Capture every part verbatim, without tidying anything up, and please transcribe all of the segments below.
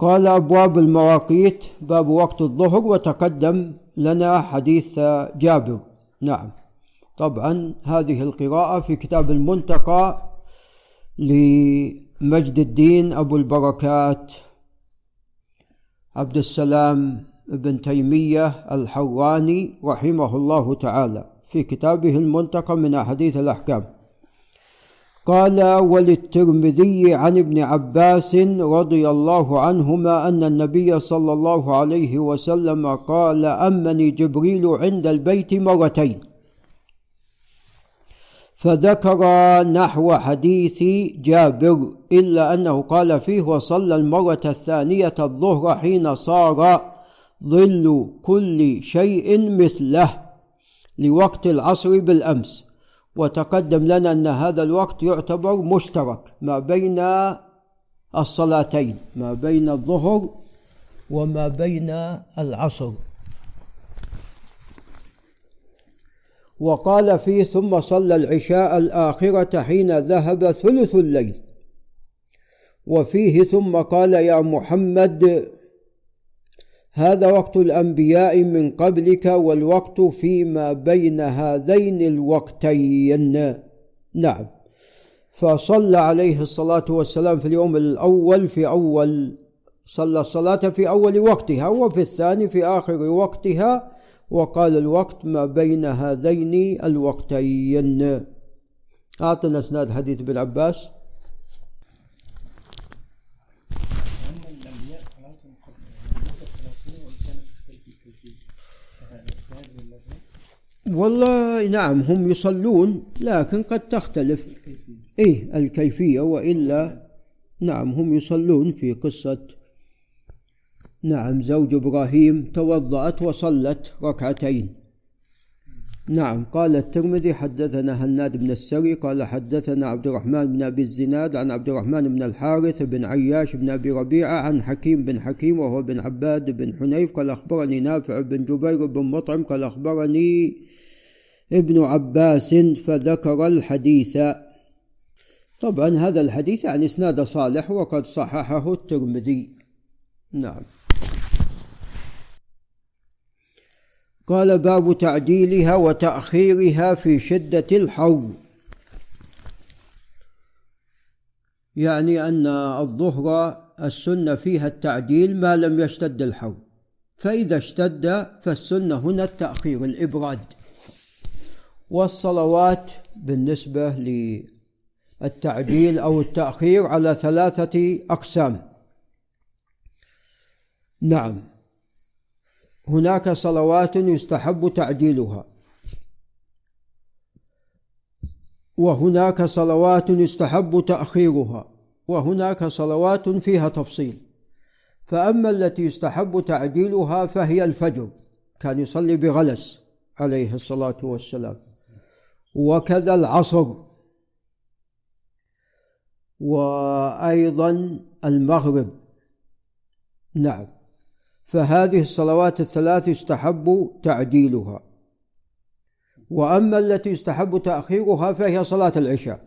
قال أبواب المواقيت، باب وقت الظهر، وتقدم لنا حديث جابر. نعم، طبعا هذه القراءة في كتاب المنتقى لمجد الدين أبو البركات عبد السلام بن تيمية الحراني رحمه الله تعالى في كتابه المنتقى من أحاديث الأحكام. قال: وللترمذي عن ابن عباس رضي الله عنهما أن النبي صلى الله عليه وسلم قال: أمني جبريل عند البيت مرتين، فذكر نحو حديث جابر، إلا أنه قال فيه: وصلى المرة الثانية الظهر حين صار ظل كل شيء مثله لوقت العصر بالأمس. وتقدم لنا أن هذا الوقت يعتبر مشترك ما بين الصلاتين، ما بين الظهر وما بين العصر. وقال فيه: ثم صلى العشاء الآخرة حين ذهب ثلث الليل. وفيه: ثم قال: يا محمد، هذا وقت الأنبياء من قبلك، والوقت فيما بين هذين الوقتين. نعم، فصلى عليه الصلاة والسلام في اليوم الأول في أول صلى الصلاة في أول وقتها، وفي الثاني في آخر وقتها، وقال الوقت ما بين هذين الوقتين. أعطنا اسناد حديث ابن عباس. والله نعم، هم يصلون لكن قد تختلف إيه الكيفية، وإلا نعم هم يصلون في قصة نعم زوج إبراهيم توضأت وصلت ركعتين. نعم. قال الترمذي: حدثنا هناد بن السري قال حدثنا عبد الرحمن بن أبي الزناد عن عبد الرحمن بن الحارث بن عياش بن أبي ربيعة عن حكيم بن حكيم وهو بن عباد بن حنيف قال أخبرني نافع بن جبير بن مطعم قال أخبرني ابن عباس، فذكر الحديث. طبعا هذا الحديث يعني إسناد صالح وقد صححه الترمذي. نعم. قال: باب تعجيلها وتأخيرها في شدة الحر، يعني أن الظهر السنة فيها التعجيل ما لم يشتد الحر، فإذا اشتد فالسنة هنا التأخير الإبراد. والصلوات بالنسبة للتعجيل أو التأخير على ثلاثة أقسام. نعم، هناك صلوات يستحب تعجيلها، وهناك صلوات يستحب تأخيرها، وهناك صلوات فيها تفصيل. فأما التي يستحب تعجيلها فهي الفجر، كان يصلي بغلس عليه الصلاة والسلام، وكذا العصر، وأيضا المغرب. نعم، فهذه الصلوات الثلاث يستحب تعجيلها. وأما التي يستحب تأخيرها فهي صلاة العشاء.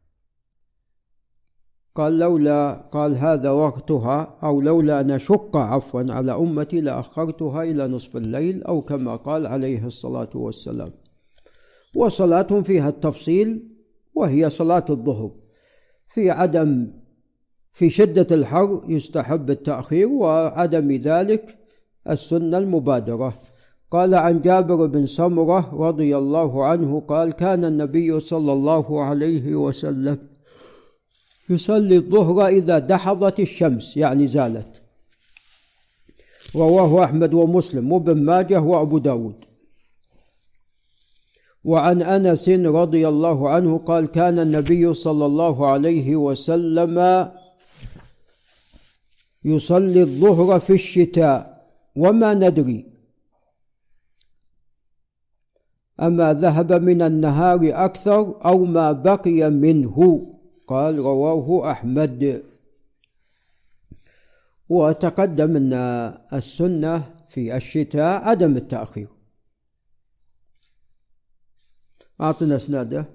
قال لولا قال هذا وقتها، أو لولا نشق عفوا على أمتي لأخرتها إلى نصف الليل، أو كما قال عليه الصلاة والسلام. وصلاة فيها التفصيل وهي صلاة الظهر، في عدم في شدة الحر يستحب التأخير، وعدم ذلك السنة المبادرة. قال: عن جابر بن سمرة رضي الله عنه قال: كان النبي صلى الله عليه وسلم يصلي الظهر إذا دحضت الشمس، يعني زالت. رواه أحمد ومسلم وابن ماجه وأبو داود. وعن أنس رضي الله عنه قال: كان النبي صلى الله عليه وسلم يصلي الظهر في الشتاء وما ندري أما ذهب من النهار أكثر أو ما بقي منه. قال: رواه أحمد. وتقدم أن السنة في الشتاء عدم التأخير. أعطنا اسناده.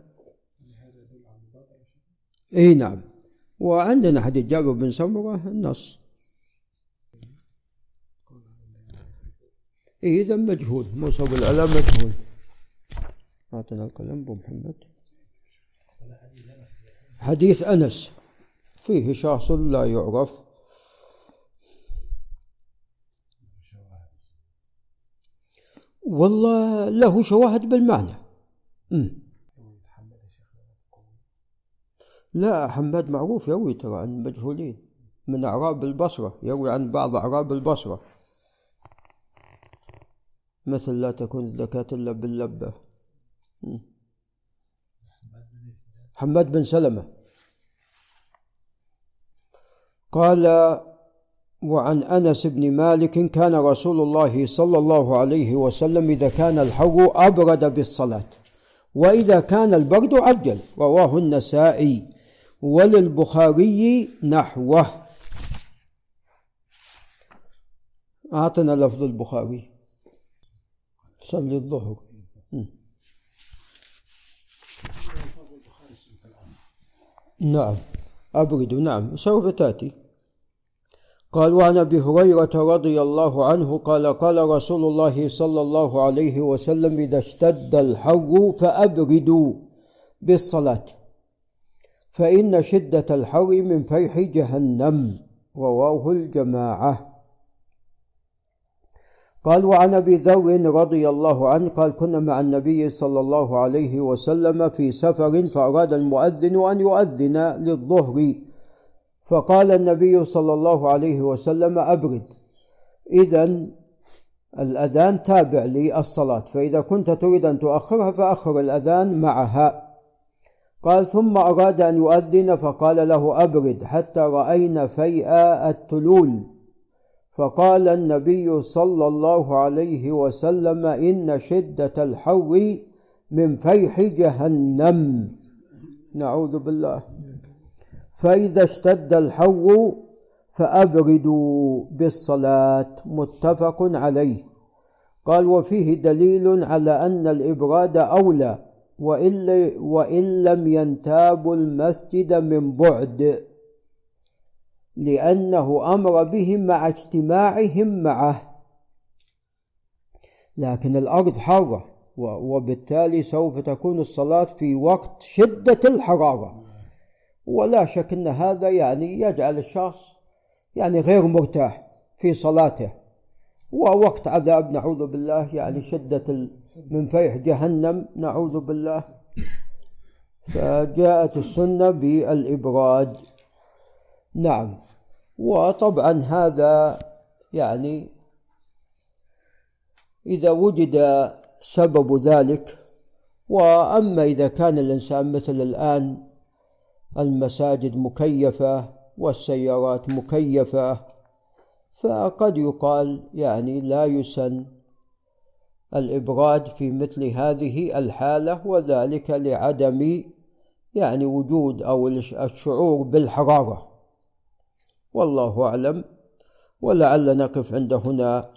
اي نعم، وعندنا حديث جابر بن سمرة النص. إذا مجهول، موسى بن العلاء مجهول. أعطنا القلم أبو محمد. حديث أنس فيه شخص لا يعرف. والله له شواهد بالمعنى. م. لا، حماد معروف يروي ترى عن المجهولين من أعراب البصرة، يروي عن بعض أعراب البصرة، مثل لا تكون الزكاة إلا باللبة. م. حماد بن سلمة قال: وعن أنس بن مالك كان رسول الله صلى الله عليه وسلم إذا كان الحر أبرد بالصلاة، وإذا كان البرد عجل. رواه النسائي، وللبخاري نحوه. أعطنا لفظ البخاري: صلي الظهر. م. نعم، أبرد، نعم، سوف تأتي. قال: وعن أبي هريرة رضي الله عنه قال: قال رسول الله صلى الله عليه وسلم: إذا اشتد الحر فأبردوا بالصلاة، فإن شدة الحر من فيح جهنم. رواه الجماعة. قال: وعن أبي ذر رضي الله عنه قال: كنا مع النبي صلى الله عليه وسلم في سفر، فأراد المؤذن أن يؤذن للظهر، فقال النبي صلى الله عليه وسلم: أبرد. إذن الأذان تابع للصلاة، فإذا كنت تريد أن تؤخرها فأخر الأذان معها. قال: ثم أراد أن يؤذن فقال له: أبرد، حتى رأينا فيء التلول، فقال النبي صلى الله عليه وسلم: إن شدة الحر من فيح جهنم. نعوذ بالله. فإذا اشتد الحر فأبردوا بالصلاة. متفق عليه. قال: وفيه دليل على أن الإبراد أولى وإن لم ينتابوا المسجد من بعد، لأنه أمر بهم مع اجتماعهم معه، لكن الأرض حارة، وبالتالي سوف تكون الصلاة في وقت شدة الحرارة، ولا شك أن هذا يعني يجعل الشخص يعني غير مرتاح في صلاته، ووقت عذاب نعوذ بالله، يعني شدة من فيح جهنم نعوذ بالله. فجاءت السنة بالإبراد. نعم. وطبعا هذا يعني إذا وجد سبب ذلك. وأما إذا كان الإنسان مثل الآن المساجد مكيفة والسيارات مكيفة، فقد يقال يعني لا يسن الإبراد في مثل هذه الحالة، وذلك لعدم يعني وجود أو الشعور بالحرارة. والله أعلم، ولعل نقف عند هنا.